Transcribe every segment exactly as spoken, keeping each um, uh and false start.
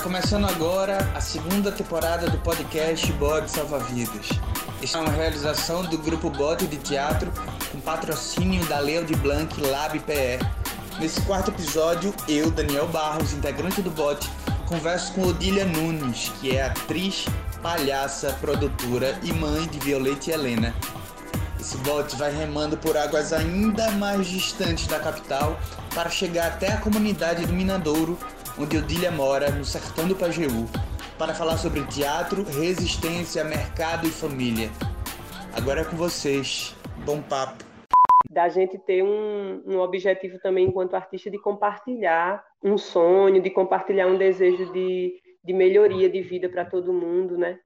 começando agora a segunda temporada do podcast Bode Salva Vidas. Esta é uma realização do Grupo Bode de Teatro com patrocínio da Lei Aldir Blanc Lab P E. Nesse quarto episódio, eu, Daniel Barros, integrante do Bode, converso com Odília Nunes, que é atriz, palhaça, produtora e mãe de Violeta e Helena. Esse bote vai remando por águas ainda mais distantes da capital para chegar até a comunidade do Minadouro, onde Odília mora, no sertão do Pajeú, para falar sobre teatro, resistência, mercado e família. Agora é com vocês. Bom papo. Da gente ter um, um objetivo também enquanto artista de compartilhar um sonho, de compartilhar um desejo de, de melhoria de vida para todo mundo, né?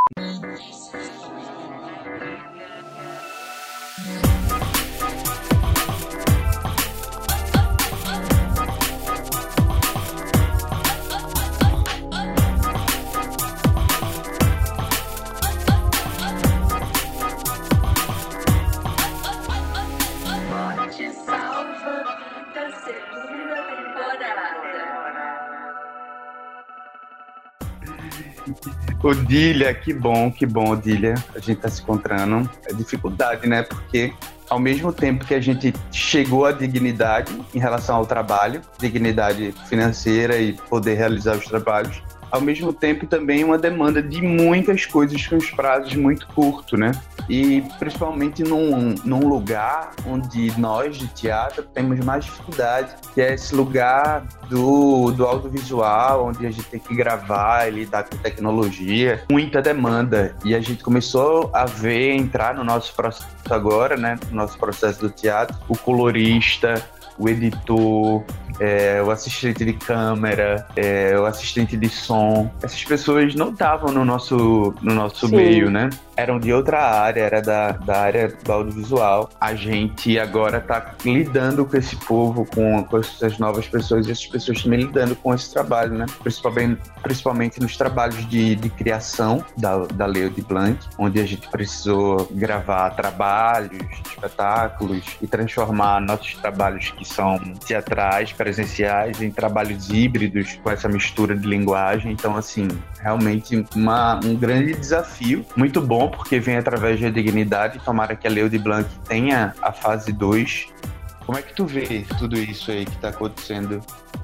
Odília, que bom, que bom, Odília. A gente tá se encontrando. É dificuldade, né? Porque ao mesmo tempo que a gente chegou à dignidade em relação ao trabalho, dignidade financeira e poder realizar os trabalhos, ao mesmo tempo também uma demanda de muitas coisas com os prazos muito curtos, né? E principalmente num, num lugar onde nós de teatro temos mais dificuldade, que é esse lugar do, do audiovisual, onde a gente tem que gravar e lidar com tecnologia, muita demanda. E a gente começou a ver, entrar no nosso processo agora, né? No nosso processo do teatro, o colorista, o editor, é, o assistente de câmera, é, o assistente de som. Essas pessoas não estavam no nosso, no nosso meio, né? Eram de outra área, era da, da área do audiovisual. A gente agora está lidando com esse povo, com, com essas novas pessoas, e essas pessoas também lidando com esse trabalho, né? Principalmente, principalmente nos trabalhos de, de criação da, da Lei Aldir Blanc, onde a gente precisou gravar trabalhos, espetáculos e transformar nossos trabalhos que são teatrais, presenciais, em trabalhos híbridos com essa mistura de linguagem. Então, assim, realmente uma, um grande desafio, muito bom, porque vem através da dignidade. Tomara que a Lei Aldir Blanc tenha a fase dois. Como é que tu vê tudo isso aí que está acontecendo?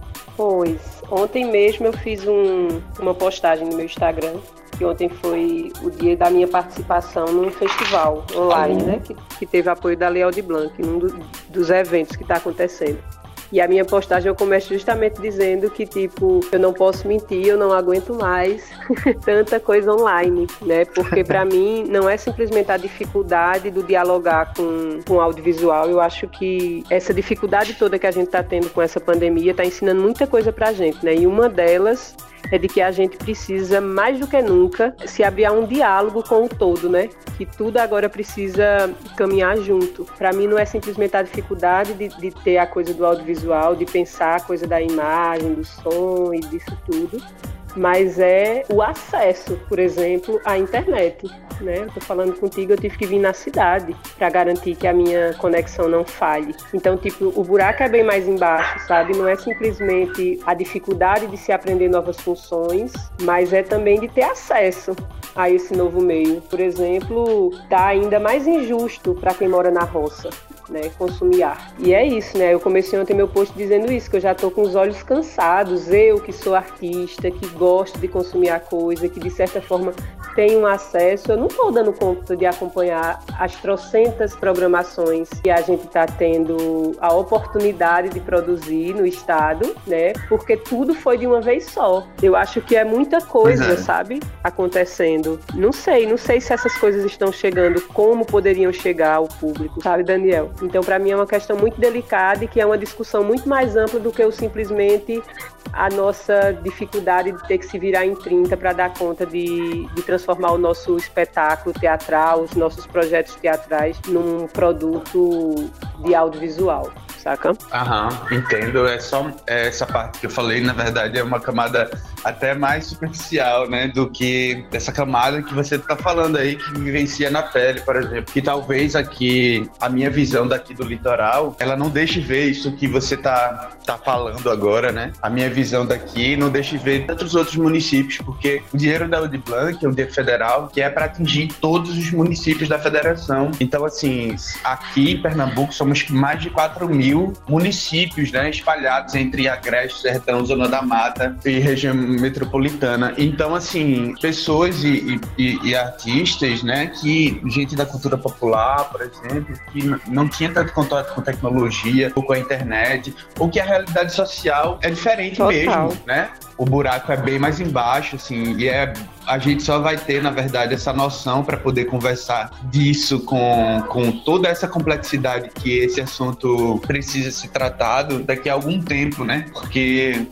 Pois, ontem mesmo eu fiz um, uma postagem no meu Instagram, que ontem foi o dia da minha participação num festival online, né, que, que teve apoio da Lei Aldir Blanc, num do, dos eventos que está acontecendo. E a minha postagem eu começo justamente dizendo que, tipo, eu não posso mentir, eu não aguento mais tanta coisa online, né? Porque para mim não é simplesmente a dificuldade do dialogar com, com o audiovisual. Eu acho que essa dificuldade toda que a gente está tendo com essa pandemia está ensinando muita coisa pra gente, né? E uma delas é de que a gente precisa, mais do que nunca, se abrir a um diálogo com o todo, né? Que tudo agora precisa caminhar junto. Para mim não é simplesmente a dificuldade de, de ter a coisa do audiovisual, de pensar a coisa da imagem, do som e disso tudo, mas é o acesso, por exemplo, à internet, né? Eu tô falando contigo, eu tive que vir na cidade para garantir que a minha conexão não falhe. Então, tipo, o buraco é bem mais embaixo, sabe? Não é simplesmente a dificuldade de se aprender novas funções, mas é também de ter acesso a esse novo meio. Por exemplo, tá ainda mais injusto para quem mora na roça, né, consumir arte. E é isso, né? Eu comecei ontem meu post dizendo isso, que eu já tô com os olhos cansados. Eu, que sou artista, que gosto de consumir a coisa, que de certa forma tenho acesso, eu não tô dando conta de acompanhar as trocentas programações que a gente tá tendo a oportunidade de produzir no estado, né? Porque tudo foi de uma vez só. Eu acho que é muita coisa, é. sabe? Acontecendo. Não sei, não sei se essas coisas estão chegando como poderiam chegar ao público, sabe, Daniel? Então, para mim, é uma questão muito delicada e que é uma discussão muito mais ampla do que o simplesmente a nossa dificuldade de ter que se virar em trinta para dar conta de, de transformar o nosso espetáculo teatral, os nossos projetos teatrais, num produto de audiovisual. saca? Aham, entendo. É só é, essa parte que eu falei, na verdade, é uma camada até mais superficial, né, do que essa camada que você tá falando aí, que vivencia na pele, por exemplo. Que talvez aqui, a minha visão daqui do litoral, ela não deixe ver isso que você tá, tá falando agora, né? A minha visão daqui não deixe ver tantos outros municípios, porque o dinheiro da Aldir Blanc é um dinheiro federal que é para atingir todos os municípios da federação. Então, assim, aqui em Pernambuco somos mais de quatro mil municípios, né, espalhados entre Agreste, Sertão, Zona da Mata e região metropolitana. Então, assim, pessoas e, e, e artistas, né, que gente da cultura popular, por exemplo, que não tinha tanto contato com tecnologia ou com a internet, ou que a realidade social é diferente Total. mesmo, né? O buraco é bem mais embaixo, assim, e é, a gente só vai ter, na verdade, essa noção para poder conversar disso com, com toda essa complexidade que esse assunto precisa ser tratado daqui a algum tempo, né? Porque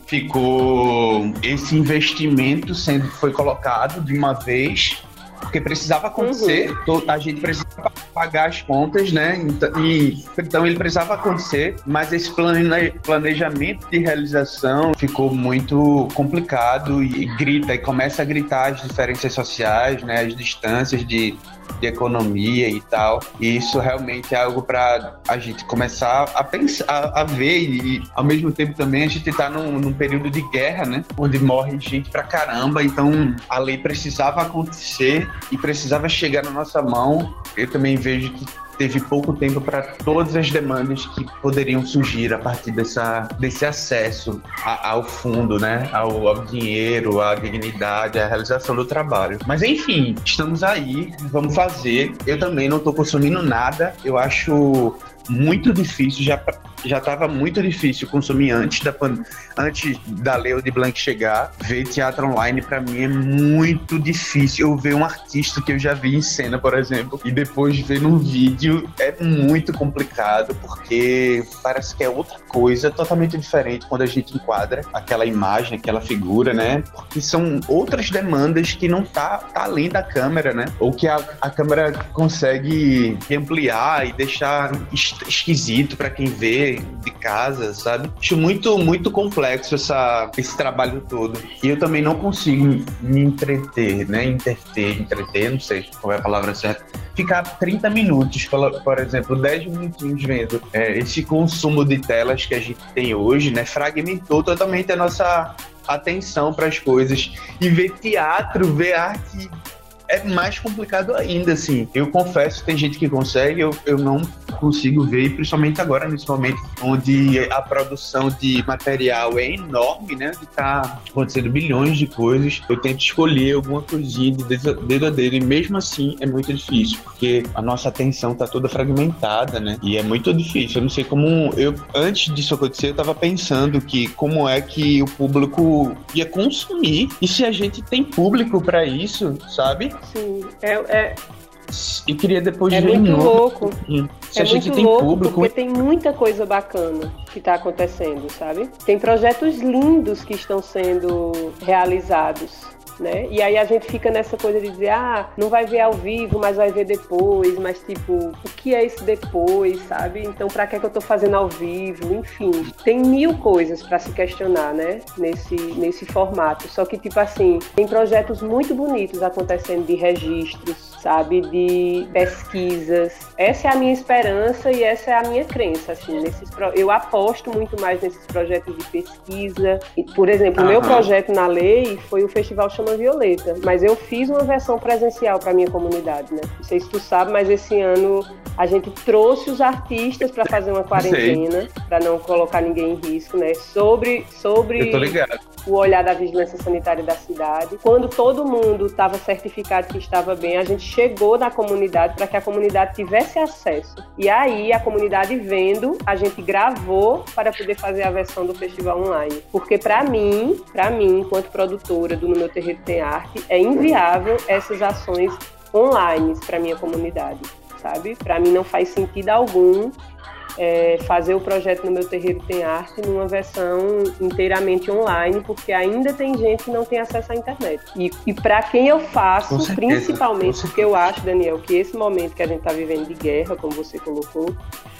ficou esse investimento sendo, foi colocado de uma vez, porque precisava acontecer, uhum. a gente precisava pagar as contas, né? Então, e, então ele precisava acontecer, mas esse plane, planejamento de realização ficou muito complicado e grita, e começa a gritar as diferenças sociais, né? As distâncias de, de economia e tal. E isso realmente é algo para a gente começar a pensar, a, a ver, e ao mesmo tempo também a gente está num, num período de guerra, né? Onde morre gente pra caramba, então a lei precisava acontecer e precisava chegar na nossa mão. Eu também vejo que teve pouco tempo para todas as demandas que poderiam surgir a partir dessa, desse acesso a, ao fundo, né? Ao, ao dinheiro, à dignidade, à realização do trabalho. Mas enfim, estamos aí, vamos fazer. Eu também não estou consumindo nada, eu acho muito difícil, já já estava muito difícil consumir antes da, antes da Lei Aldir Blanc chegar. Ver teatro online para mim é muito difícil. Eu ver um artista que eu já vi em cena, por exemplo, e depois ver num vídeo é muito complicado, porque parece que é outra coisa totalmente diferente quando a gente enquadra aquela imagem, aquela figura, né? Porque são outras demandas que não tá, tá além da câmera, né? Ou que a, a câmera consegue ampliar e deixar esquisito para quem vê de casa, sabe? Acho muito, muito complexo essa, esse trabalho todo. E eu também não consigo me entreter, né? Interter, entreter, não sei qual é a palavra certa. Ficar trinta minutos, por, por exemplo, dez minutinhos vendo é, esse consumo de telas que a gente tem hoje, né? Fragmentou totalmente a nossa atenção para as coisas. E ver teatro, ver arte é mais complicado ainda, assim. Eu confesso, tem gente que consegue, eu, eu não consigo ver, e principalmente agora, nesse momento onde a produção de material é enorme, né? Tá acontecendo bilhões de coisas. Eu tento escolher alguma coisinha de dedo a dedo, e mesmo assim é muito difícil, porque a nossa atenção tá toda fragmentada, né? E é muito difícil. Eu não sei como... Eu, antes disso acontecer, eu tava pensando que como é que o público ia consumir, e se a gente tem público pra isso, sabe? Sim, é... é... E queria depois é ver muito novo. louco. Se é a gente muito tem louco público, porque tem muita coisa bacana que está acontecendo, sabe? Tem projetos lindos que estão sendo realizados, né? E aí a gente fica nessa coisa de dizer, ah, não vai ver ao vivo, mas vai ver depois, mas tipo, o que é esse depois, sabe? Então pra que é que eu tô fazendo ao vivo? Enfim, tem mil coisas para se questionar, né? Nesse, nesse formato. Só que tipo assim, tem projetos muito bonitos acontecendo de registros, sabe, de pesquisas. Essa é a minha esperança e essa é a minha crença, assim, nesses pro... eu aposto muito mais nesses projetos de pesquisa. E, por exemplo, o meu projeto na lei foi o Festival Chama Violeta, mas eu fiz uma versão presencial para minha comunidade, né? Não sei se tu sabe, mas esse ano a gente trouxe os artistas para fazer uma quarentena, para não colocar ninguém em risco, né? Sobre, sobre eu tô ligado. O olhar da vigilância sanitária da cidade. Quando todo mundo estava certificado que estava bem, a gente chegou na comunidade para que a comunidade tivesse acesso. E aí, a comunidade vendo, a gente gravou para poder fazer a versão do festival online. Porque para mim, para mim, enquanto produtora do No Meu Terreiro Tem Arte, é inviável essas ações online para minha comunidade, sabe? Para mim não faz sentido algum É, fazer o projeto No Meu Terreiro Tem Arte numa versão inteiramente online, porque ainda tem gente que não tem acesso à internet. E, e para quem eu faço, certeza, principalmente porque eu acho, Daniel, que esse momento que a gente está vivendo de guerra, como você colocou,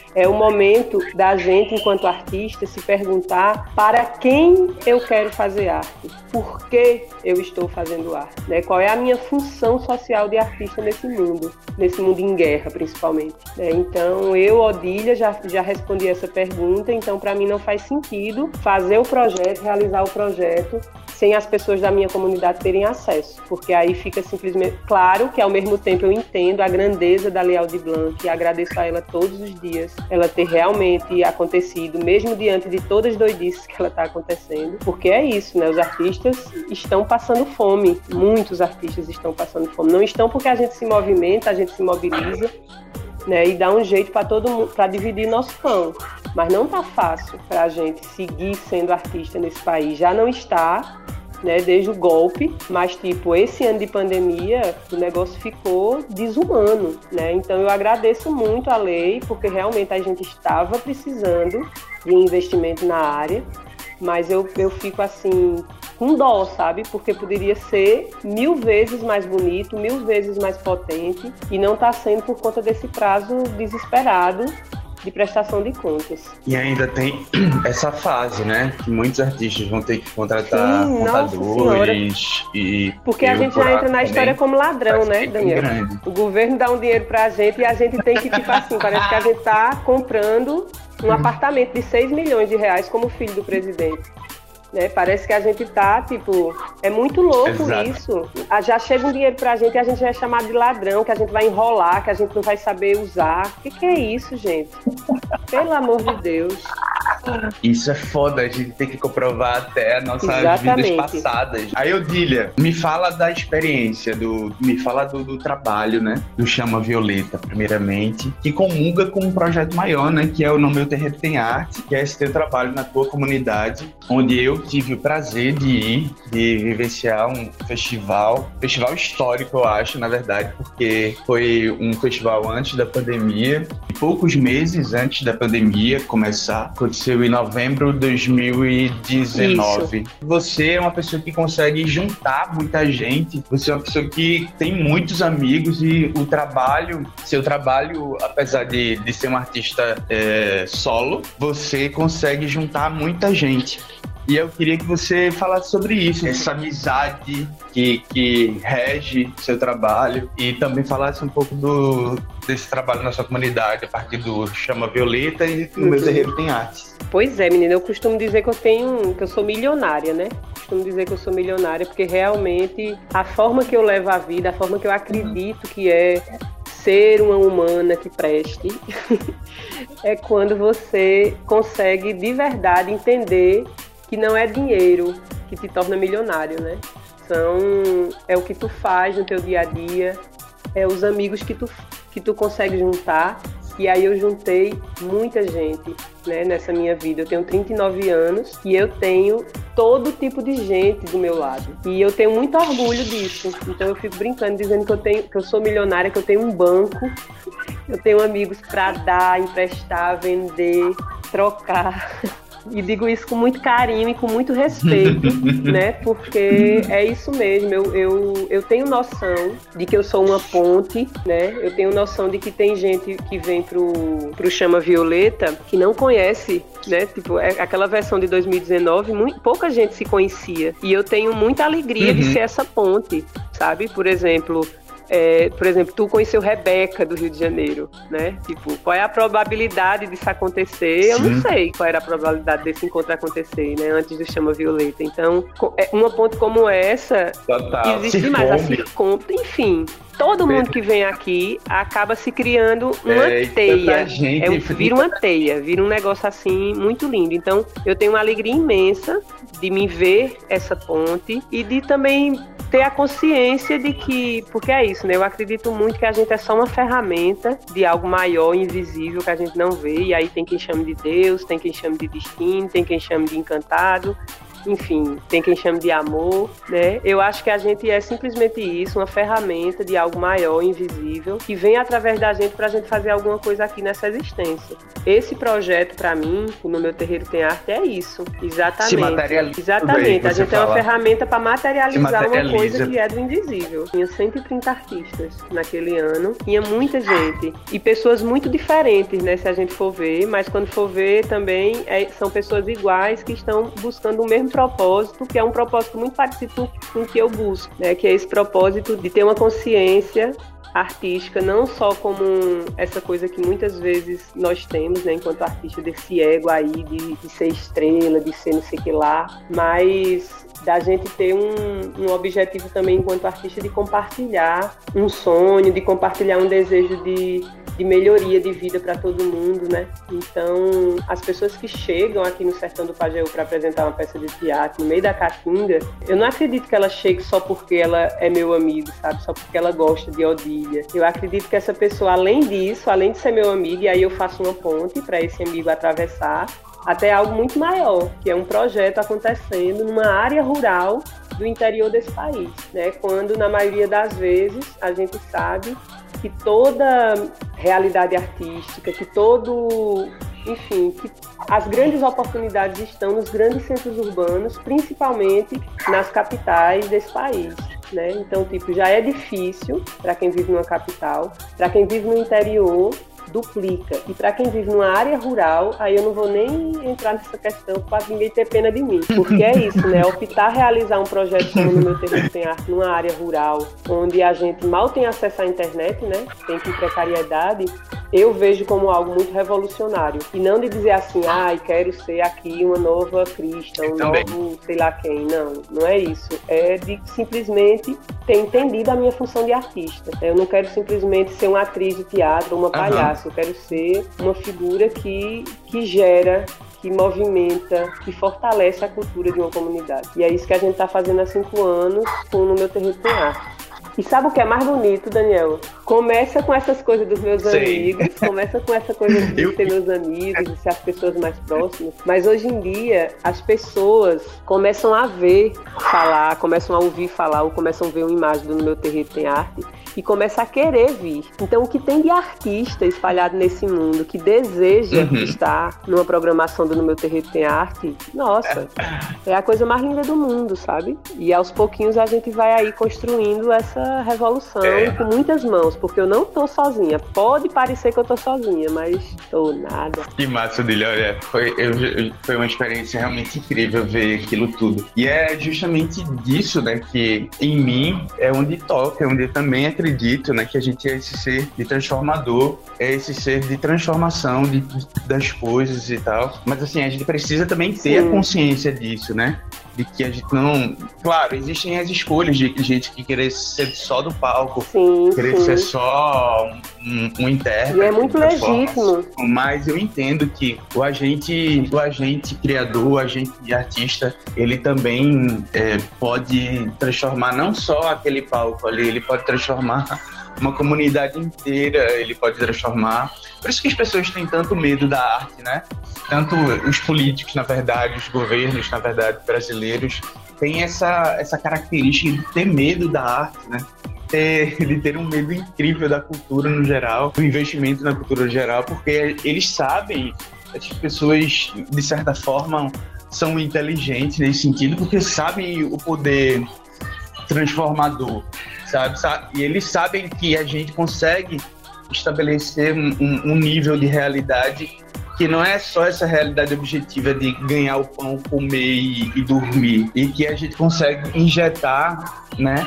É o momento da gente, enquanto artista, se perguntar para quem eu quero fazer arte, por que eu estou fazendo arte, né? Qual é a minha função social de artista nesse mundo, nesse mundo em guerra, principalmente. Né? Então, eu, Odília, já, já respondi essa pergunta, então para mim não faz sentido fazer o projeto, realizar o projeto, sem as pessoas da minha comunidade terem acesso, porque aí fica simplesmente claro que, ao mesmo tempo, eu entendo a grandeza da Lei Aldir Blanc e agradeço a ela todos os dias, ela ter realmente acontecido, mesmo diante de todas as doidices que ela está acontecendo, porque é isso, né? Os artistas estão passando fome, muitos artistas estão passando fome, não estão porque a gente se movimenta, a gente se mobiliza, né, e dá um jeito para todo mundo, para dividir nosso pão, mas não tá fácil para a gente seguir sendo artista nesse país, já não está, né, desde o golpe, mas tipo, esse ano de pandemia o negócio ficou desumano, né, então eu agradeço muito a lei, porque realmente a gente estava precisando de investimento na área, mas eu, eu fico assim, com dó, sabe? Porque poderia ser mil vezes mais bonito, mil vezes mais potente, e não está sendo por conta desse prazo desesperado de prestação de contas. E ainda tem essa fase, né? Que muitos artistas vão ter que contratar Sim, contadores e... Porque a gente já entra na história como ladrão, né, Daniel? Grande. O governo dá um dinheiro pra gente e a gente tem que, tipo assim, parece que a gente tá comprando um apartamento de seis milhões de reais como filho do presidente. Né? Parece que a gente tá, tipo, é muito louco. Exato. Isso. Já chega um dinheiro pra gente e a gente já é chamado de ladrão, que a gente vai enrolar, que a gente não vai saber usar. O que, que é isso, gente? Pelo amor de Deus. Isso é foda, a gente tem que comprovar até as nossas Exatamente. vidas passadas. Aí, Odília, me fala da experiência, do, me fala do, do trabalho, né? Do Chama Violeta, primeiramente, que comunga com um projeto maior, né? Que é o No Meu Terreiro Tem Arte, que é esse teu trabalho na tua comunidade, onde eu tive o prazer de ir, de vivenciar um festival, festival histórico, eu acho, na verdade, porque foi um festival antes da pandemia, poucos meses antes da pandemia começar, aconteceu em novembro de dois mil e dezenove. Isso. Você é uma pessoa que consegue juntar muita gente, você é uma pessoa que tem muitos amigos e o trabalho, seu trabalho, apesar de, de ser um artista é, solo, você consegue juntar muita gente. E eu queria que você falasse sobre isso, essa amizade que, que rege seu trabalho, e também falasse um pouco do, desse trabalho na sua comunidade, a partir do Chama Violeta e No Meu Terreiro Tem Arte. Pois é, menina, eu costumo dizer que eu tenho, que eu sou milionária, né? Costumo dizer que eu sou milionária porque realmente a forma que eu levo a vida, a forma que eu acredito que é ser uma humana que preste, é quando você consegue de verdade entender que não é dinheiro que te torna milionário, né? São, é o que tu faz no teu dia a dia, é os amigos que tu, que tu consegue juntar. E aí eu juntei muita gente, né, nessa minha vida. Eu tenho trinta e nove anos e eu tenho todo tipo de gente do meu lado. E eu tenho muito orgulho disso. Então eu fico brincando, dizendo que eu, tenho, que eu sou milionária, que eu tenho um banco, eu tenho amigos para dar, emprestar, vender, trocar. E digo isso com muito carinho e com muito respeito, né? Porque é isso mesmo, eu, eu, eu tenho noção de que eu sou uma ponte, né? Eu tenho noção de que tem gente que vem pro, pro Chama Violeta que não conhece, né? Tipo, é aquela versão de dois mil e dezenove, muito, pouca gente se conhecia. E eu tenho muita alegria uhum. de ser essa ponte, sabe? Por exemplo... É, por exemplo, tu conheceu Rebeca do Rio de Janeiro, né? Tipo, qual é a probabilidade disso acontecer? Sim. Eu não sei qual era a probabilidade desse encontro acontecer, né? Antes do Chama Violeta. Então, uma ponte como essa Total. existe demais. A Circomp, enfim. Todo mundo que vem aqui acaba se criando uma é, teia. Gente, é, vira uma teia, vira um negócio assim muito lindo. Então, eu tenho uma alegria imensa de me ver essa ponte e de também ter a consciência de que, porque é isso, né? Eu acredito muito que a gente é só uma ferramenta de algo maior, invisível, que a gente não vê. E aí tem quem chame de Deus, tem quem chame de destino, tem quem chame de encantado. enfim, tem quem chame de amor, né? Eu acho que a gente é simplesmente isso, uma ferramenta de algo maior, invisível, que vem através da gente pra gente fazer alguma coisa aqui nessa existência. Esse projeto, pra mim, o No Meu Terreiro Tem Arte, é isso. Exatamente. Se materializa. Exatamente. A gente fala. é uma ferramenta para materializar materializa. uma coisa que é do invisível. Tinha cento e trinta artistas naquele ano. Tinha muita gente. E pessoas muito diferentes, né? Se a gente for ver. Mas quando for ver também, é, são pessoas iguais que estão buscando o mesmo propósito, que é um propósito muito parecido com o que eu busco, né? Que é esse propósito de ter uma consciência artística, não só como essa coisa que muitas vezes nós temos, né, enquanto artista, desse ego aí de, de ser estrela, de ser não sei o que lá, mas da gente ter um, um objetivo também enquanto artista de compartilhar um sonho, de compartilhar um desejo de, de melhoria de vida para todo mundo, né? Então, as pessoas que chegam aqui no Sertão do Pajeú para apresentar uma peça de teatro no meio da Caatinga, eu não acredito que ela chegue só porque ela é meu amigo, sabe? Só porque ela gosta de Odília. Eu acredito que essa pessoa, além disso, além de ser meu amigo, e aí eu faço uma ponte para esse amigo atravessar, até algo muito maior, que é um projeto acontecendo numa área rural do interior desse país, né? Quando, na maioria das vezes, a gente sabe que toda realidade artística, que todo, enfim, que as grandes oportunidades estão nos grandes centros urbanos, principalmente nas capitais desse país, né? Então, tipo, já é difícil para quem vive numa capital, para quem vive no interior, duplica. E para quem vive numa área rural, aí eu não vou nem entrar nessa questão para ninguém ter pena de mim. Porque é isso, né? Optar realizar um projeto como No Meu Terreiro Tem Arte numa área rural, onde a gente mal tem acesso à internet, né? Tem que precariedade, eu vejo como algo muito revolucionário. E não de dizer assim, ai, ah, quero ser aqui uma nova Crista, um novo sei lá quem. Não, não é isso. É de simplesmente ter entendido a minha função de artista. Eu não quero simplesmente ser uma atriz de teatro, uma palhaça. Eu quero ser uma figura que, que gera, que movimenta, que fortalece a cultura de uma comunidade. E é isso que a gente está fazendo há cinco anos com No Meu Terreiro Tem Arte. E sabe o que é mais bonito, Daniel? Começa com essas coisas dos meus Sim. amigos, começa com essa coisa de Eu... ser meus amigos, de ser as pessoas mais próximas. Mas hoje em dia, as pessoas começam a ver falar, começam a ouvir falar, ou começam a ver uma imagem do No Meu Terreiro Tem Arte, e começa a querer vir. Então, o que tem de artista espalhado nesse mundo, que deseja uhum. estar numa programação do No Meu Terreiro Tem Arte, nossa, é a coisa mais linda do mundo, sabe? E aos pouquinhos a gente vai aí construindo essa revolução é. com muitas mãos, porque eu não tô sozinha. Pode parecer que eu tô sozinha, mas tô nada. Que massa, Odília, olha, foi, eu, eu, foi uma experiência realmente incrível ver aquilo tudo. E é justamente disso, né, que em mim é onde toca, é onde eu também acredito, né, que a gente é esse ser de transformador, é esse ser de transformação de, das coisas e tal. Mas assim, a gente precisa também ter Sim. a consciência disso, né? De que a gente não... Claro, existem as escolhas de gente que querer ser só do palco, sim, querer sim. ser só um, um intérprete. E é muito legítimo. Mas eu entendo que o agente, o agente criador, o agente artista, ele também é, pode transformar não só aquele palco ali, ele pode transformar uma comunidade inteira, ele pode transformar. Por isso que as pessoas têm tanto medo da arte, né? Tanto os políticos, na verdade, os governos, na verdade, brasileiros, têm essa, essa característica de ter medo da arte, né? Ter, de ter um medo incrível da cultura no geral, do investimento na cultura no geral, porque eles sabem, as pessoas, de certa forma, são inteligentes nesse sentido, porque sabem o poder transformador, sabe? E eles sabem que a gente consegue estabelecer um, um, um nível de realidade que não é só essa realidade objetiva de ganhar o pão, comer e, e dormir, e que a gente consegue injetar, né,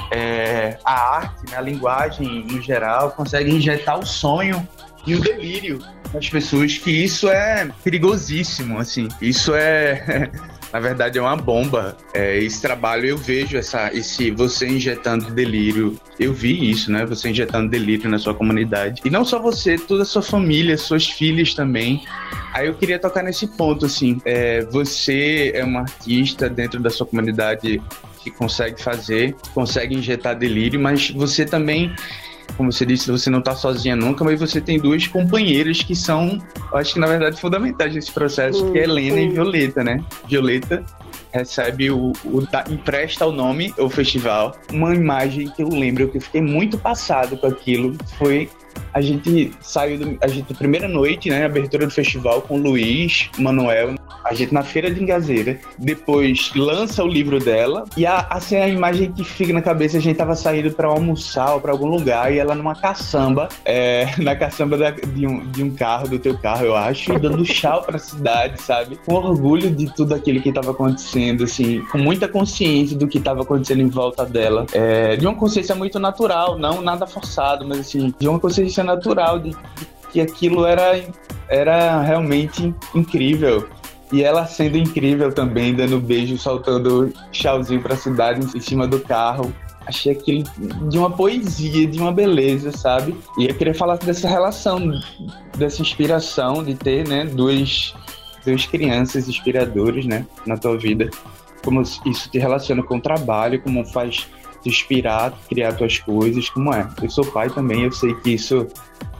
é, a arte, né, a linguagem no geral, consegue injetar o sonho e o delírio nas pessoas, que isso é perigosíssimo, assim, isso é... Na verdade é uma bomba. É, esse trabalho eu vejo essa, esse você injetando delírio. Eu vi isso, né? Você injetando delírio na sua comunidade. E não só você, toda a sua família, suas filhas também. Aí eu queria tocar nesse ponto, assim. É, você é uma artista dentro da sua comunidade que consegue fazer, consegue injetar delírio, mas você também... Como você disse, você não está sozinha nunca, mas você tem duas companheiras que são, eu acho que na verdade, fundamentais nesse processo, hum, que é Helena hum. e Violeta, né? Violeta recebe o, o da, empresta o nome ao festival. Uma imagem que eu lembro que eu fiquei muito passado com aquilo foi a gente saiu do, a gente primeira noite, né, abertura do festival com o Luiz, Manuel, a gente na Feira de Ingazeira, depois lança o livro dela e a, assim, a imagem que fica na cabeça, a gente tava saindo pra almoçar ou pra algum lugar e ela numa caçamba, é, na caçamba da, de, um, de um carro, do teu carro, eu acho, e dando tchau pra cidade, sabe? Com orgulho de tudo aquilo que tava acontecendo, assim, com muita consciência do que tava acontecendo em volta dela, é, de uma consciência muito natural, não nada forçado, mas assim, de uma consciência natural de, de que aquilo era, era realmente incrível. E ela sendo incrível também, dando beijo, saltando tchauzinho pra cidade em cima do carro. Achei aquilo de uma poesia, de uma beleza, sabe? E eu queria falar dessa relação, dessa inspiração de ter, né, duas, duas crianças inspiradoras, né, na tua vida. Como isso te relaciona com o trabalho, como faz te inspirar, criar tuas coisas, como é. Eu sou pai também, eu sei que isso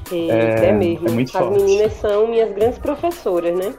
é, é, mesmo. é muito As forte. As meninas são minhas grandes professoras, né?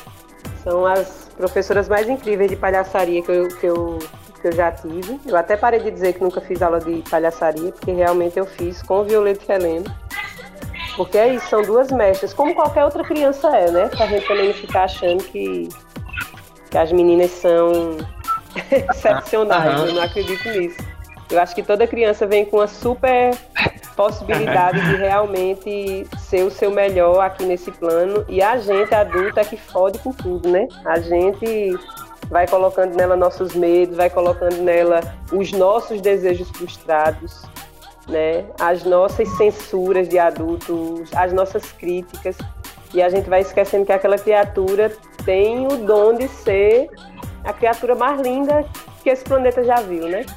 São as professoras mais incríveis de palhaçaria que eu, que, eu, que eu já tive. Eu até parei de dizer que nunca fiz aula de palhaçaria, porque realmente eu fiz com Violeta e Helena. Porque é isso, são duas mestras, como qualquer outra criança é, né? Pra gente também não ficar achando que, que as meninas são excepcionais, eu não acredito nisso. Eu acho que toda criança vem com uma super possibilidade de realmente ser o seu melhor aqui nesse plano. E a gente, adulta, é que fode com tudo, né? A gente vai colocando nela nossos medos, vai colocando nela os nossos desejos frustrados, né? As nossas censuras de adultos, as nossas críticas. E a gente vai esquecendo que aquela criatura tem o dom de ser a criatura mais linda que esse planeta já viu, né?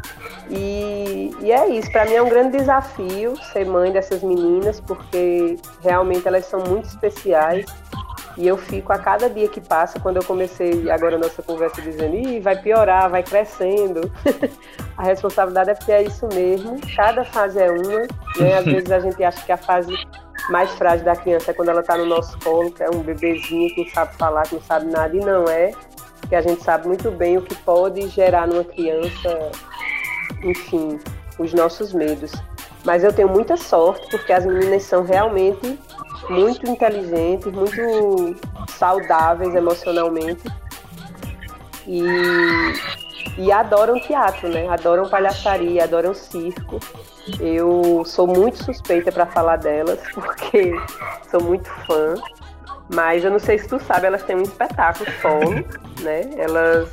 E, e é isso, para mim é um grande desafio ser mãe dessas meninas, porque realmente elas são muito especiais e eu fico a cada dia que passa, quando eu comecei agora a nossa conversa dizendo, Ih, vai piorar, vai crescendo, a responsabilidade é porque é isso mesmo, cada fase é uma, né? Às vezes a gente acha que a fase mais frágil da criança é quando ela está no nosso colo, que é um bebezinho que não sabe falar, que não sabe nada, e não é, porque a gente sabe muito bem o que pode gerar numa criança, enfim, os nossos medos. Mas eu tenho muita sorte, porque as meninas são realmente muito inteligentes, muito saudáveis emocionalmente e, e adoram teatro, né? Adoram palhaçaria, adoram circo. Eu sou muito suspeita para falar delas, porque sou muito fã. Mas eu não sei se tu sabe, elas têm um espetáculo solo, né? Elas,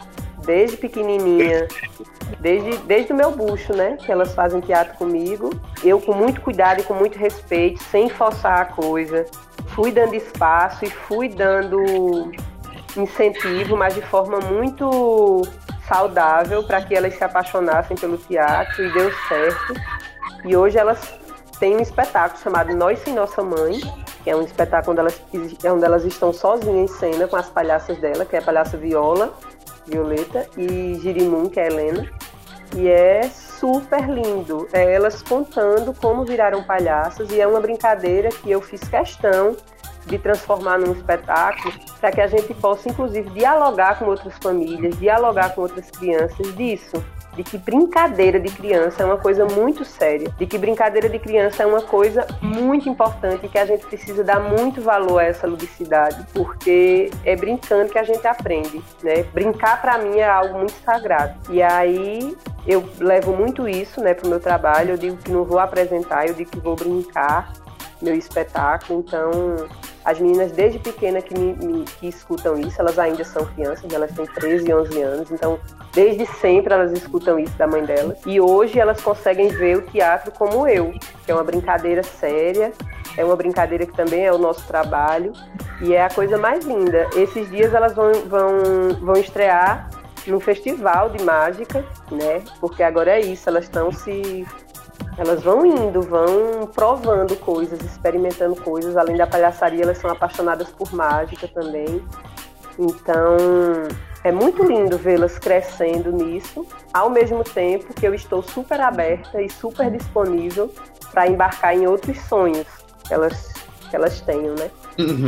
desde pequenininha, Desde, desde o meu bucho, né, que elas fazem teatro comigo, eu com muito cuidado e com muito respeito, sem forçar a coisa, fui dando espaço e fui dando incentivo, mas de forma muito saudável para que elas se apaixonassem pelo teatro, e deu certo. E hoje elas têm um espetáculo chamado Nós Sem Nossa Mãe, que é um espetáculo onde elas, onde elas estão sozinhas em cena com as palhaças dela, que é a palhaça Viola, Violeta, e Girimum, que é a Helena, e é super lindo, é elas contando como viraram palhaças, e é uma brincadeira que eu fiz questão de transformar num espetáculo, para que a gente possa, inclusive, dialogar com outras famílias, dialogar com outras crianças disso, de que brincadeira de criança é uma coisa muito séria, de que brincadeira de criança é uma coisa muito importante e que a gente precisa dar muito valor a essa ludicidade, porque é brincando que a gente aprende, né? Brincar para mim é algo muito sagrado. E aí eu levo muito isso, né, pro meu trabalho. Eu digo que não vou apresentar, eu digo que vou brincar meu espetáculo. Então as meninas desde pequena que, me, me, que escutam isso, elas ainda são crianças, elas têm treze e onze anos, então desde sempre elas escutam isso da mãe delas. E hoje elas conseguem ver o teatro como eu, que é uma brincadeira séria, é uma brincadeira que também é o nosso trabalho, e é a coisa mais linda. Esses dias elas vão, vão, vão estrear no Festival de Mágica, né? Porque agora é isso, elas estão se... Elas vão indo, vão provando coisas, experimentando coisas. Além da palhaçaria, elas são apaixonadas por mágica também. Então, é muito lindo vê-las crescendo nisso, ao mesmo tempo que eu estou super aberta e super disponível para embarcar em outros sonhos que elas, que elas tenham, né? Uhum.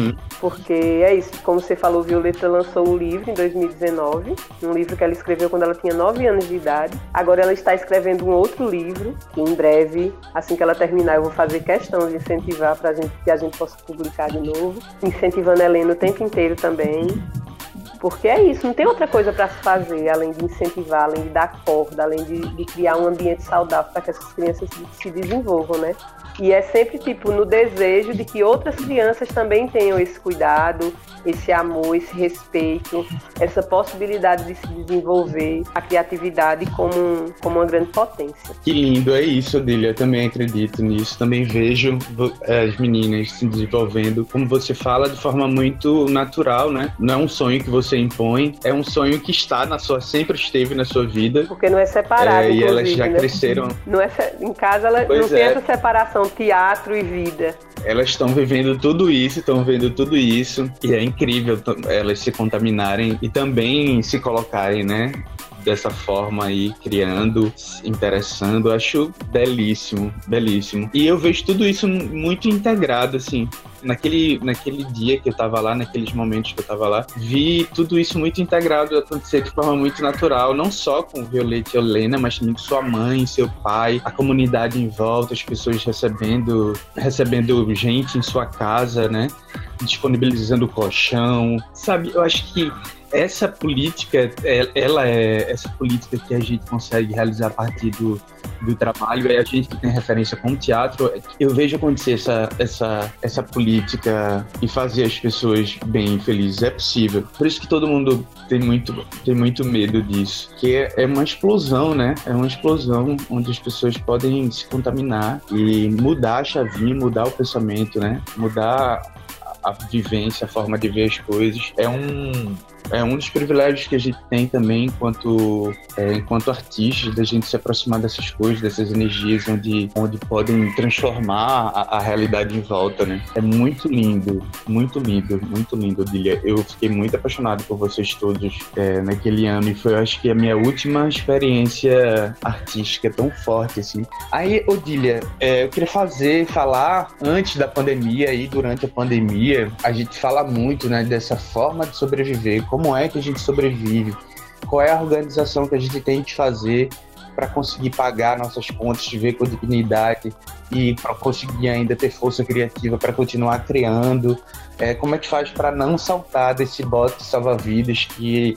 porque é isso, como você falou, Violeta lançou um livro em dois mil e dezenove, um livro que ela escreveu quando ela tinha nove anos de idade. Agora ela está escrevendo um outro livro, que em breve, assim que ela terminar, eu vou fazer questão de incentivar para gente, que a gente possa publicar de novo, incentivando a Helena o tempo inteiro também. Porque é isso, não tem outra coisa para se fazer, além de incentivar, além de dar corda, além de, de criar um ambiente saudável para que essas crianças se, se desenvolvam, né? E é sempre, tipo, no desejo de que outras crianças também tenham esse cuidado, esse amor, esse respeito, essa possibilidade de se desenvolver a criatividade como, como uma grande potência. Que lindo, é isso, Odília. Eu também acredito nisso. Também vejo as meninas se desenvolvendo, como você fala, de forma muito natural, né? Não é um sonho que você impõe, é um sonho que está na sua, sempre esteve na sua vida. Porque não é separado, é, e elas já né? cresceram. Não é, em casa ela pois não é. tem essa separação, teatro e vida. Elas estão vivendo tudo isso, estão vendo tudo isso, e é incrível elas se contaminarem e também se colocarem, né? Dessa forma aí, criando, interessando, acho belíssimo, belíssimo. E eu vejo tudo isso muito integrado, assim, naquele, naquele dia que eu tava lá, naqueles momentos que eu tava lá, vi tudo isso muito integrado acontecer de forma muito natural, não só com Violeta e Helena, mas também com sua mãe, seu pai, a comunidade em volta, as pessoas recebendo, recebendo gente em sua casa, né? Disponibilizando o colchão, sabe? Eu acho que essa política, ela é essa política que a gente consegue realizar a partir do, do trabalho, e a gente que tem referência com o teatro, eu vejo acontecer essa, essa, essa política e fazer as pessoas bem felizes. É possível. Por isso que todo mundo tem muito, tem muito medo disso, que é, é uma explosão, né? É uma explosão onde as pessoas podem se contaminar e mudar a chavinha, mudar o pensamento, né? Mudar a vivência, a forma de ver as coisas. É um, é um dos privilégios que a gente tem também enquanto, é, enquanto artistas, da gente se aproximar dessas coisas, dessas energias onde, onde podem transformar a, a realidade em volta, né? É muito lindo, muito lindo, muito lindo, Odília. Eu fiquei muito apaixonado por vocês todos é, naquele ano, e foi, acho que, a minha última experiência artística tão forte, assim. Aí, Odília, é, eu queria fazer, falar antes da pandemia e durante a pandemia. A gente fala muito, né, dessa forma de sobreviver, como é que a gente sobrevive, qual é a organização que a gente tem que fazer para conseguir pagar nossas contas, viver com dignidade e para conseguir ainda ter força criativa para continuar criando, é, como é que faz para não saltar desse bote salva-vidas que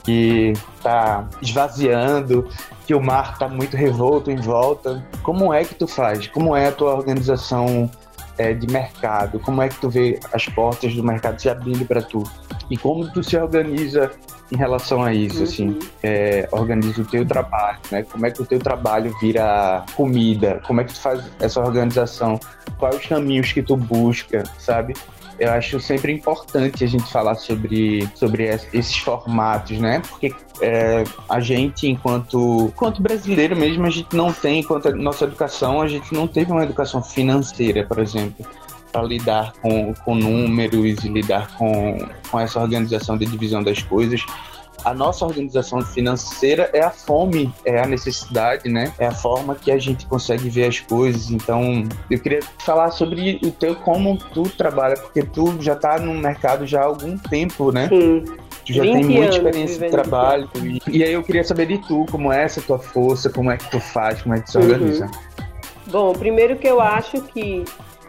está esvaziando, que o mar está muito revolto em volta. Como é que tu faz? Como é a tua organização É, de mercado? Como é que tu vê as portas do mercado se abrindo para tu? E como tu se organiza em relação a isso, uhum. assim? É, organiza o teu trabalho, né? Como é que o teu trabalho vira comida? Como é que tu faz essa organização? Quais os caminhos que tu busca, sabe? Eu acho sempre importante a gente falar sobre, sobre esses formatos, né? Porque é, a gente, enquanto, enquanto brasileiro mesmo, a gente não tem, enquanto a nossa educação, a gente não teve uma educação financeira, por exemplo, para lidar com, com números e lidar com, com essa organização de divisão das coisas. A nossa organização financeira é a fome, é a necessidade, né? É a forma que a gente consegue ver as coisas. Então, eu queria falar sobre o teu, como tu trabalha, porque tu já tá no mercado já há algum tempo, né? Sim. Tu já tem muita experiência de trabalho. E, e aí eu queria saber de tu, como é essa tua força, como é que tu faz, como é que tu se organiza. Uhum. Bom, primeiro que eu acho que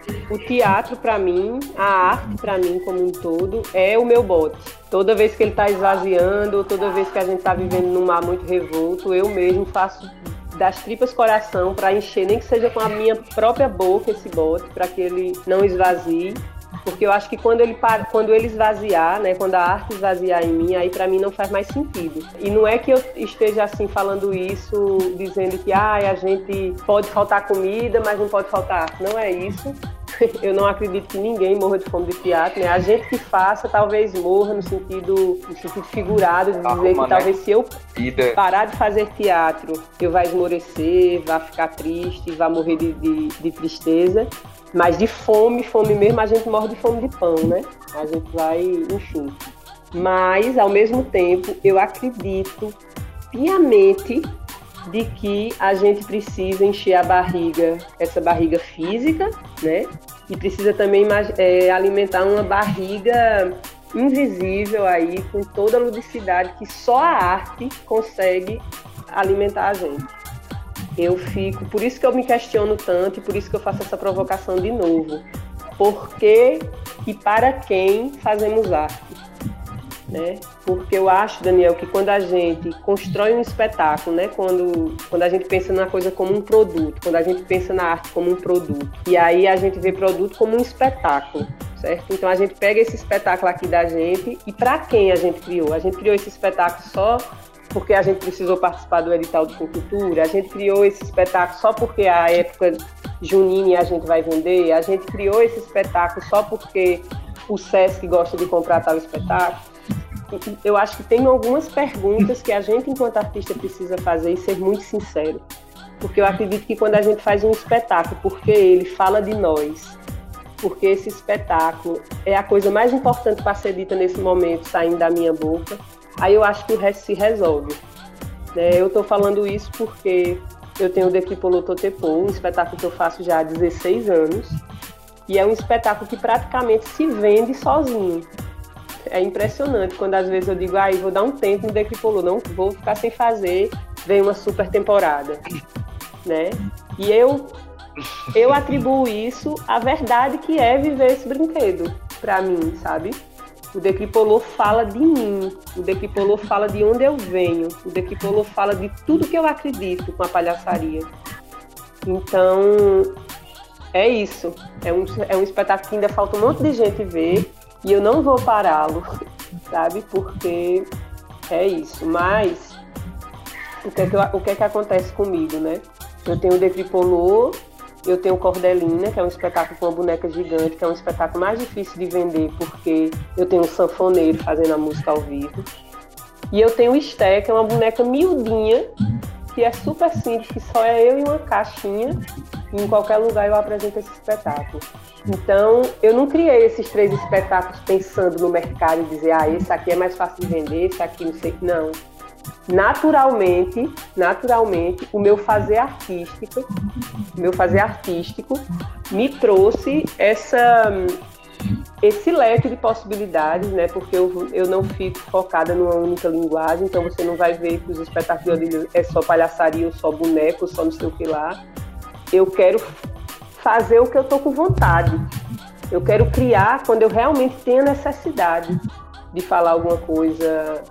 o teatro, para mim, a arte, para mim, como um todo, é o meu bote. Toda vez que ele está esvaziando, toda vez que a gente está vivendo num mar muito revolto, eu mesmo faço das tripas coração para encher, nem que seja com a minha própria boca, esse bote, para que ele não esvazie. Porque eu acho que quando ele, quando ele esvaziar, né, quando a arte esvaziar em mim, aí para mim não faz mais sentido. E não é que eu esteja assim falando isso, dizendo que ah, a gente pode faltar comida, mas não pode faltar arte. Não é isso. Eu não acredito que ninguém morra de fome de teatro, né? A gente que faça talvez morra no sentido, no sentido figurado, de dizer Arruma, que né? talvez se eu parar de fazer teatro, eu vá esmorecer, vá ficar triste, vá morrer de, de, de tristeza. Mas de fome, fome mesmo, a gente morre de fome de pão, né? A gente vai, enfim. Mas, ao mesmo tempo, eu acredito piamente de que a gente precisa encher a barriga, essa barriga física, né? e precisa também é, alimentar uma barriga invisível aí, com toda a ludicidade que só a arte consegue alimentar a gente. Eu fico, por isso que eu me questiono tanto e por isso que eu faço essa provocação de novo. Por que e para quem fazemos arte? Né? Porque eu acho, Daniel, que quando a gente constrói um espetáculo, né? quando, quando a gente pensa na coisa como um produto, quando a gente pensa na arte como um produto, e aí a gente vê produto como um espetáculo, certo? Então a gente pega esse espetáculo aqui da gente e para quem a gente criou? A gente criou esse espetáculo só porque a gente precisou participar do edital de cultura, a gente criou esse espetáculo só porque a época junina e a gente vai vender, a gente criou esse espetáculo só porque o Sesc gosta de comprar tal espetáculo. Eu acho que tem algumas perguntas que a gente, enquanto artista, precisa fazer e ser muito sincero. Porque eu acredito que quando a gente faz um espetáculo, porque ele fala de nós, porque esse espetáculo é a coisa mais importante para ser dita nesse momento, saindo da minha boca, aí eu acho que o resto se resolve. Eu estou falando isso porque eu tenho o Dequipolô Totepô, um espetáculo que eu faço já há dezesseis anos, e é um espetáculo que praticamente se vende sozinho. É impressionante quando às vezes eu digo, ah, eu vou dar um tempo no Dequipolô, não vou ficar sem fazer, vem uma super temporada, né? E eu, eu atribuo isso à verdade que é viver esse brinquedo, pra mim, sabe? O Dequipolô fala de mim, o Dequipolô fala de onde eu venho, o Dequipolô fala de tudo que eu acredito com a palhaçaria. Então, é isso. É um, é um espetáculo que ainda falta um monte de gente ver, e eu não vou pará-lo, sabe? Porque é isso. Mas o que é que, eu, o que, é que acontece comigo, né? Eu tenho o Dequipolô, eu tenho o Cordelina, que é um espetáculo com uma boneca gigante, que é um espetáculo mais difícil de vender, porque eu tenho um sanfoneiro fazendo a música ao vivo. E eu tenho o Esté, que é uma boneca miudinha, que é super simples, que só é eu e uma caixinha, e em qualquer lugar eu apresento esse espetáculo. Então, eu não criei esses três espetáculos pensando no mercado e dizer, ah, esse aqui é mais fácil de vender, esse aqui não sei. Não. Naturalmente, naturalmente, o meu fazer artístico, o meu fazer artístico me trouxe essa, esse leque de possibilidades, né? Porque eu, eu não fico focada numa única linguagem, então você não vai ver que os espetáculos de Odílio é só palhaçaria, ou só boneco, ou só não sei o que lá. Eu quero fazer o que eu estou com vontade. Eu quero criar quando eu realmente tenho necessidade de falar alguma coisa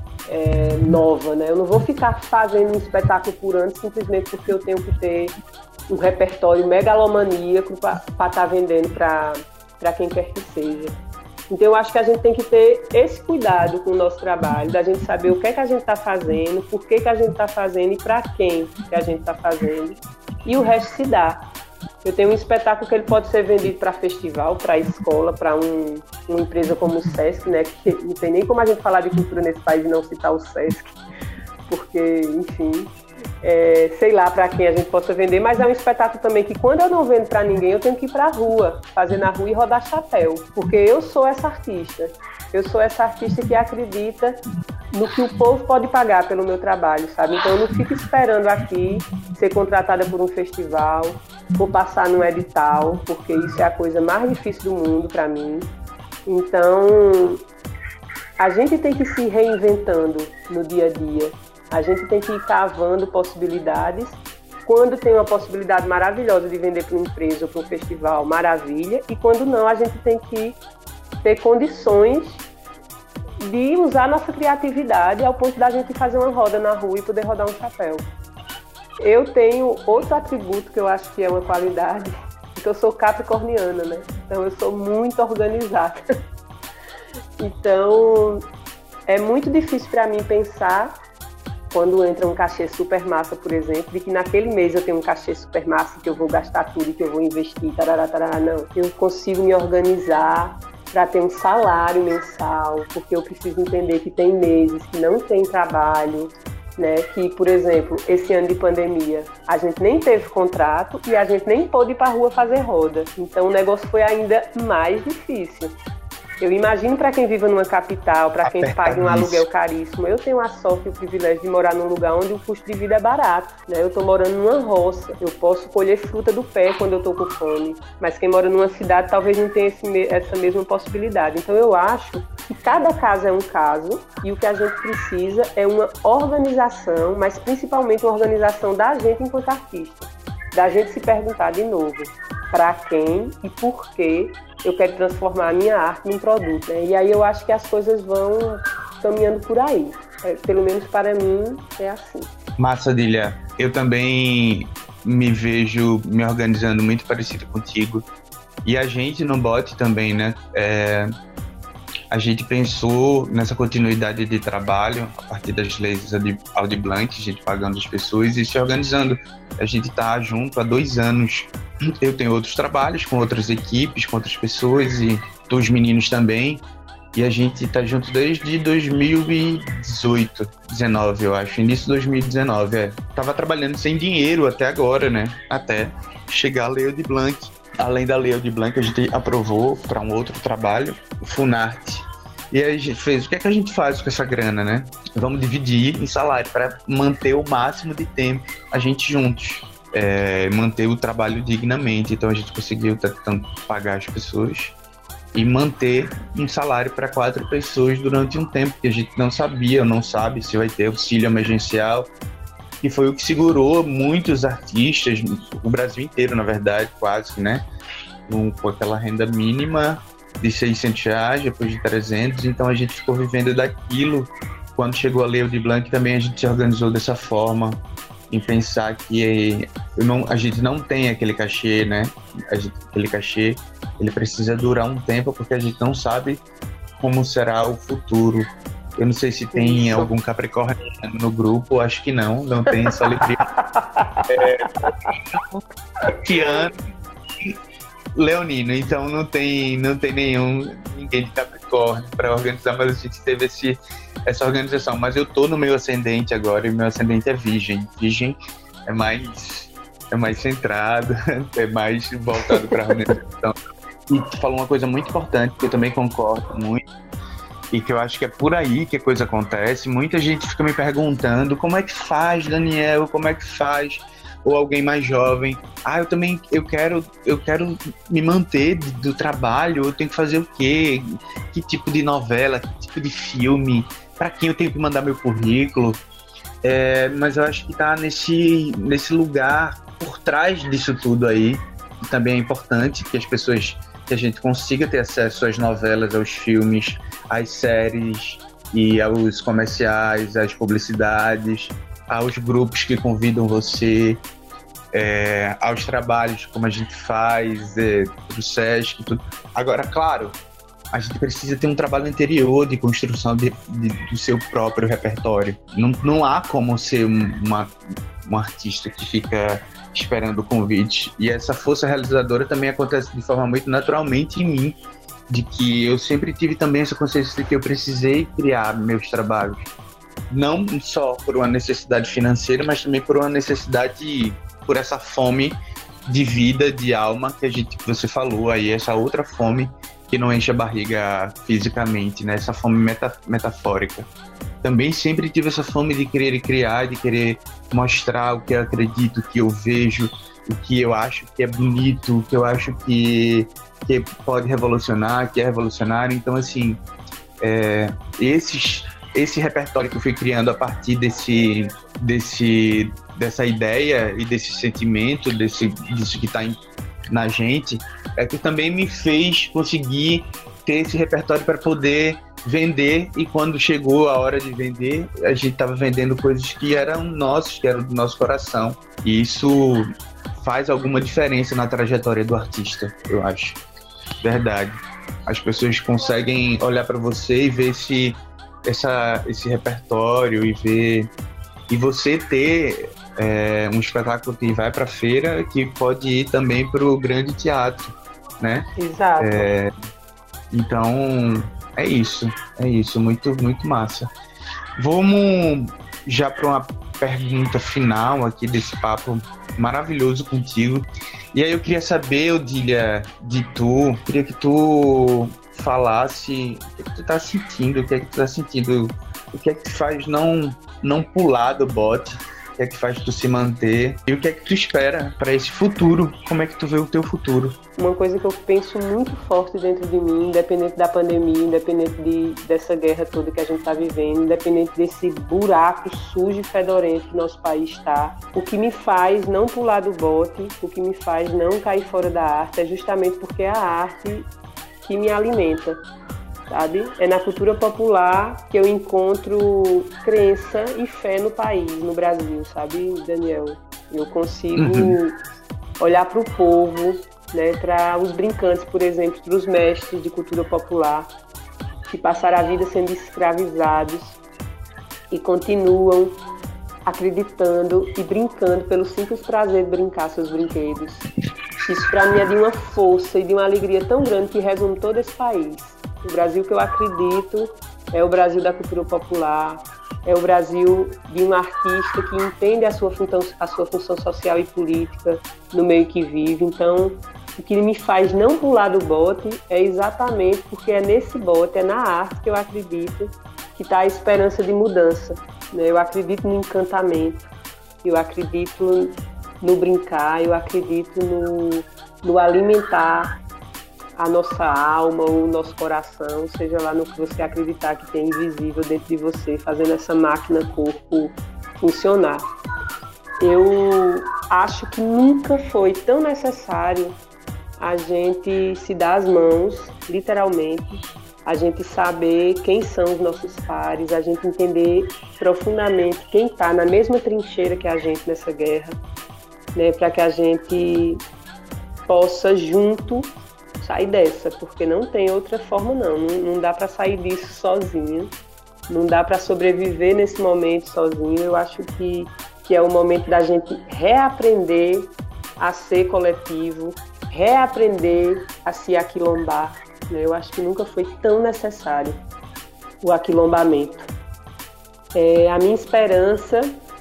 é, nova, né? Eu não vou ficar fazendo um espetáculo por ano simplesmente porque eu tenho que ter um repertório megalomaníaco para estar tá vendendo para quem quer que seja. Então eu acho que a gente tem que ter esse cuidado com o nosso trabalho, da gente saber o que é que a gente está fazendo, por que que a gente está fazendo e para quem que a gente está fazendo. E o resto se dá. Eu tenho um espetáculo que ele pode ser vendido para festival, para escola, para um, uma empresa como o Sesc, né? Que não tem nem como a gente falar de cultura nesse país e não citar o Sesc, porque, enfim, é, sei lá para quem a gente possa vender, mas é um espetáculo também que quando eu não vendo para ninguém, eu tenho que ir para a rua, fazer na rua e rodar chapéu, porque eu sou essa artista. Eu sou essa artista que acredita no que o povo pode pagar pelo meu trabalho, sabe? Então eu não fico esperando aqui ser contratada por um festival ou passar num edital, porque isso é a coisa mais difícil do mundo para mim. Então a gente tem que ir se reinventando no dia a dia. A gente tem que ir cavando possibilidades. Quando tem uma possibilidade maravilhosa de vender para uma empresa ou para um festival, maravilha. E quando não, a gente tem que ter condições de usar nossa criatividade ao ponto da gente fazer uma roda na rua e poder rodar um chapéu. Eu tenho outro atributo que eu acho que é uma qualidade, que eu sou capricorniana, né? Então eu sou muito organizada. Então é muito difícil para mim pensar, quando entra um cachê super massa, por exemplo, de que naquele mês eu tenho um cachê super massa, que eu vou gastar tudo, que eu vou investir, tarará, tarará, não. Eu consigo me organizar para ter um salário mensal, porque eu preciso entender que tem meses que não tem trabalho, né? Que, por exemplo, esse ano de pandemia, a gente nem teve contrato e a gente nem pôde ir para a rua fazer roda. Então o negócio foi ainda mais difícil. Eu imagino para quem vive numa capital, para quem paga um aluguel caríssimo. Eu tenho a sorte e o privilégio de morar num lugar onde o custo de vida é barato, né? Eu estou morando numa roça, eu posso colher fruta do pé quando eu estou com fome, mas quem mora numa cidade talvez não tenha esse, essa mesma possibilidade. Então eu acho que cada caso é um caso e o que a gente precisa é uma organização, mas principalmente uma organização da gente enquanto artista, da gente se perguntar de novo para quem e por que eu quero transformar a minha arte num produto, né? E aí eu acho que as coisas vão caminhando por aí. É, pelo menos para mim é assim. Massa, Dília. Eu também me vejo me organizando muito parecido contigo. E a gente no Bot também, né? É, a gente pensou nessa continuidade de trabalho a partir das leis Aldir Blanc, a gente pagando as pessoas e se organizando. A gente está junto há dois anos. Eu tenho outros trabalhos com outras equipes, com outras pessoas e os meninos também. E a gente está junto desde dois mil e dezoito, dezenove, eu acho. Início de dois mil e dezenove, é. Tava trabalhando sem dinheiro até agora, né? Até chegar a Lei Aldir Blanc. Além da Lei Aldir Blanc, a gente aprovou para um outro trabalho, o Funarte. E aí a gente fez, o que é que a gente faz com essa grana, né? Vamos dividir em salário para manter o máximo de tempo a gente juntos. É, manter o trabalho dignamente. Então a gente conseguiu tanto pagar as pessoas e manter um salário para quatro pessoas durante um tempo que a gente não sabia, não sabe se vai ter auxílio emergencial, e foi o que segurou muitos artistas, o Brasil inteiro na verdade, quase, né, com, com aquela renda mínima de seiscentos reais, depois de trezentos, então a gente ficou vivendo daquilo. Quando chegou a Lei Aldir Blanc também a gente se organizou dessa forma, em pensar que eu não, a gente não tem aquele cachê, né? A gente, aquele cachê, ele precisa durar um tempo porque a gente não sabe como será o futuro. Eu não sei se tem Isso. algum capricorniano no grupo, acho que não, não tem, só Libriano. é, Piano, Leonino, então não tem, não tem nenhum, ninguém de Capricórnio para organizar, mas a gente teve esse, essa organização. Mas eu tô no meu ascendente agora, e meu ascendente é Virgem. Virgem é mais, é mais centrado, é mais voltado para a organização. E tu falou uma coisa muito importante, que eu também concordo muito, e que eu acho que é por aí que a coisa acontece. Muita gente fica me perguntando, como é que faz, Daniel, como é que faz? Ou alguém mais jovem, ah, eu também, eu quero, eu quero me manter do, do trabalho, eu tenho que fazer o quê? Que tipo de novela, que tipo de filme, para quem eu tenho que mandar meu currículo? É, mas eu acho que tá nesse, nesse lugar, por trás disso tudo aí, que também é importante que as pessoas, que a gente consiga ter acesso às novelas, aos filmes, às séries e aos comerciais, às publicidades, aos grupos que convidam você, é, aos trabalhos como a gente faz, é, do Sesc e tudo. Agora, claro, a gente precisa ter um trabalho anterior de construção de, de, do seu próprio repertório. Não, não há como ser uma, um artista que fica esperando o convite. E essa força realizadora também acontece de forma muito naturalmente em mim, de que eu sempre tive também essa consciência de que eu precisei criar meus trabalhos. Não só por uma necessidade financeira, mas também por uma necessidade, por essa fome de vida, de alma que a gente, que você falou aí, essa outra fome que não enche a barriga fisicamente, né? Essa fome meta, metafórica. Também sempre tive essa fome de querer criar, de querer mostrar o que eu acredito, o que eu vejo, o que eu acho que é bonito, o que eu acho que, que pode revolucionar, que é revolucionário. Então, assim, é, esses... esse repertório que eu fui criando a partir desse, desse, dessa ideia e desse sentimento, desse, disso que está na gente, é que também me fez conseguir ter esse repertório para poder vender. E quando chegou a hora de vender, a gente estava vendendo coisas que eram nossas, que eram do nosso coração. E isso faz alguma diferença na trajetória do artista, eu acho. Verdade. As pessoas conseguem olhar para você e ver se Essa, esse repertório e ver e você ter é, um espetáculo que vai para a feira, que pode ir também para o grande teatro, né? Exato. É, então é isso, é isso, muito, muito massa. Vamos já para uma pergunta final aqui desse papo maravilhoso contigo. E aí eu queria saber, Odília, de tu, queria que tu falasse o que, é que tu tá sentindo, o que é que tu tá sentindo, o que é que te faz não, não pular do bote, o que é que faz tu se manter e o que é que tu espera para esse futuro, como é que tu vê o teu futuro? Uma coisa que eu penso muito forte dentro de mim, independente da pandemia, independente de, dessa guerra toda que a gente está vivendo, independente desse buraco sujo e fedorento que nosso país está, o que me faz não pular do bote, o que me faz não cair fora da arte é justamente porque é a arte que me alimenta, sabe? É na cultura popular que eu encontro crença e fé no país, no Brasil, sabe, Daniel? Eu consigo uhum. olhar para o povo, né, para os brincantes, por exemplo, para os mestres de cultura popular, que passaram a vida sendo escravizados e continuam acreditando e brincando pelo simples prazer de brincar seus brinquedos. Isso para mim é de uma força e de uma alegria tão grande que resume todo esse país. O Brasil que eu acredito é o Brasil da cultura popular, é o Brasil de um artista que entende a sua função, a sua função social e política no meio que vive. Então, o que me faz não pular do bote é exatamente porque é nesse bote, é na arte que eu acredito que está a esperança de mudança. Né? Eu acredito no encantamento, eu acredito no brincar, eu acredito no, no alimentar a nossa alma, o nosso coração, seja lá no que você acreditar que tem invisível dentro de você, fazendo essa máquina corpo funcionar. Eu acho que nunca foi tão necessário a gente se dar as mãos, literalmente, a gente saber quem são os nossos pares, a gente entender profundamente quem está na mesma trincheira que a gente nessa guerra, né, para que a gente possa junto sair dessa, porque não tem outra forma não, não, não dá para sair disso sozinho, não dá para sobreviver nesse momento sozinho. Eu acho que, que é o momento da gente reaprender a ser coletivo, reaprender a se aquilombar. Eu acho que nunca foi tão necessário o aquilombamento. É, a minha esperança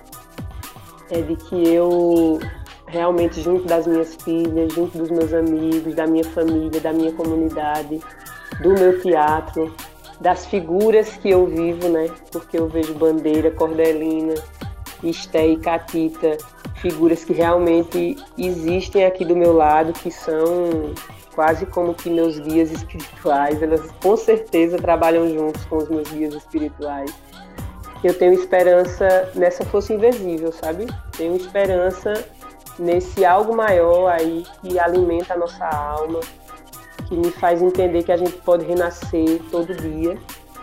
é de que eu realmente, junto das minhas filhas, junto dos meus amigos, da minha família, da minha comunidade, do meu teatro, das figuras que eu vivo, né? Porque eu vejo Bandeira, Cordelina, Esté e Catita, figuras que realmente existem aqui do meu lado, que são quase como que meus guias espirituais. Elas com certeza trabalham juntos com os meus guias espirituais. Eu tenho esperança nessa força invisível, sabe? Tenho esperança nesse algo maior aí que alimenta a nossa alma, que me faz entender que a gente pode renascer todo dia.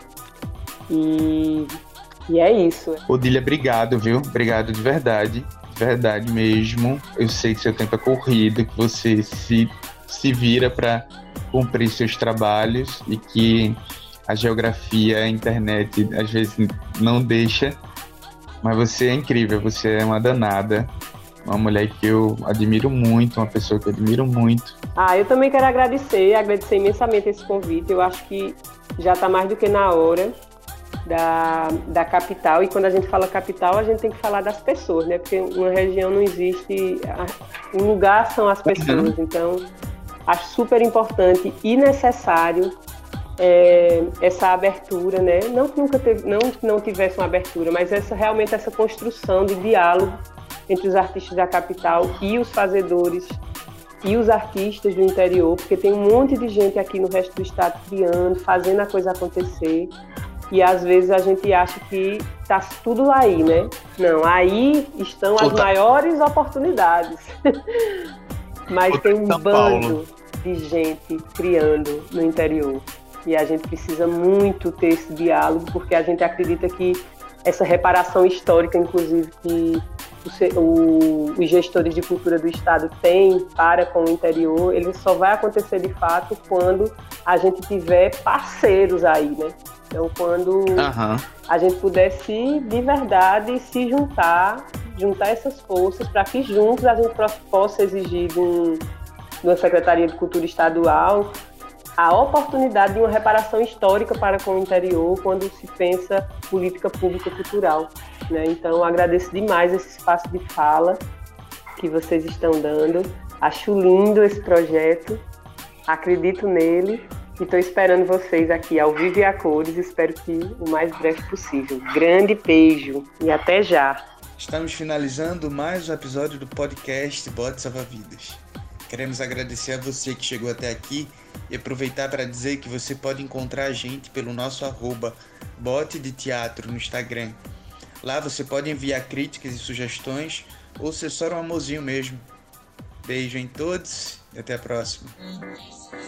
E, e é isso. Odília, obrigado, viu? Obrigado de verdade, de verdade mesmo. Eu sei que seu tempo é corrido, que você se, se vira para cumprir seus trabalhos e que a geografia, a internet às vezes não deixa, mas você é incrível, você é uma danada. Uma mulher que eu admiro muito, uma pessoa que eu admiro muito. Ah, eu também quero agradecer, agradecer imensamente esse convite. Eu acho que já está mais do que na hora da, da capital. E quando a gente fala capital, a gente tem que falar das pessoas, né? Porque uma região não existe, um lugar são as pessoas. Então, acho super importante e necessário é, essa abertura, né? Não que nunca teve, não que não tivesse uma abertura, mas essa, realmente essa construção de diálogo entre os artistas da capital e os fazedores e os artistas do interior, porque tem um monte de gente aqui no resto do estado criando, fazendo a coisa acontecer, e às vezes a gente acha que está tudo aí, né? Não, aí estão as Outra. maiores oportunidades. Mas Outra tem um bando de gente criando no interior, e a gente precisa muito ter esse diálogo, porque a gente acredita que essa reparação histórica, inclusive, que O, os gestores de cultura do estado têm para com o interior, ele só vai acontecer de fato quando a gente tiver parceiros aí, né? Então, quando uhum. a gente puder se, de verdade, se juntar, juntar essas forças para que juntos a gente possa exigir de, um, de uma Secretaria de Cultura Estadual a oportunidade de uma reparação histórica para com o interior quando se pensa política pública cultural. Né? Então, agradeço demais esse espaço de fala que vocês estão dando. Acho lindo esse projeto, acredito nele E estou esperando vocês aqui ao vivo e a cores. Espero que o mais breve possível. Grande beijo e até já. Estamos finalizando mais um episódio do podcast Bode Salva Vidas. Queremos agradecer a você que chegou até aqui e aproveitar para dizer que você pode encontrar a gente pelo nosso arroba Bote de Teatro no Instagram. Lá você pode enviar críticas e sugestões ou ser só um amorzinho mesmo. Beijo em todos e até a próxima.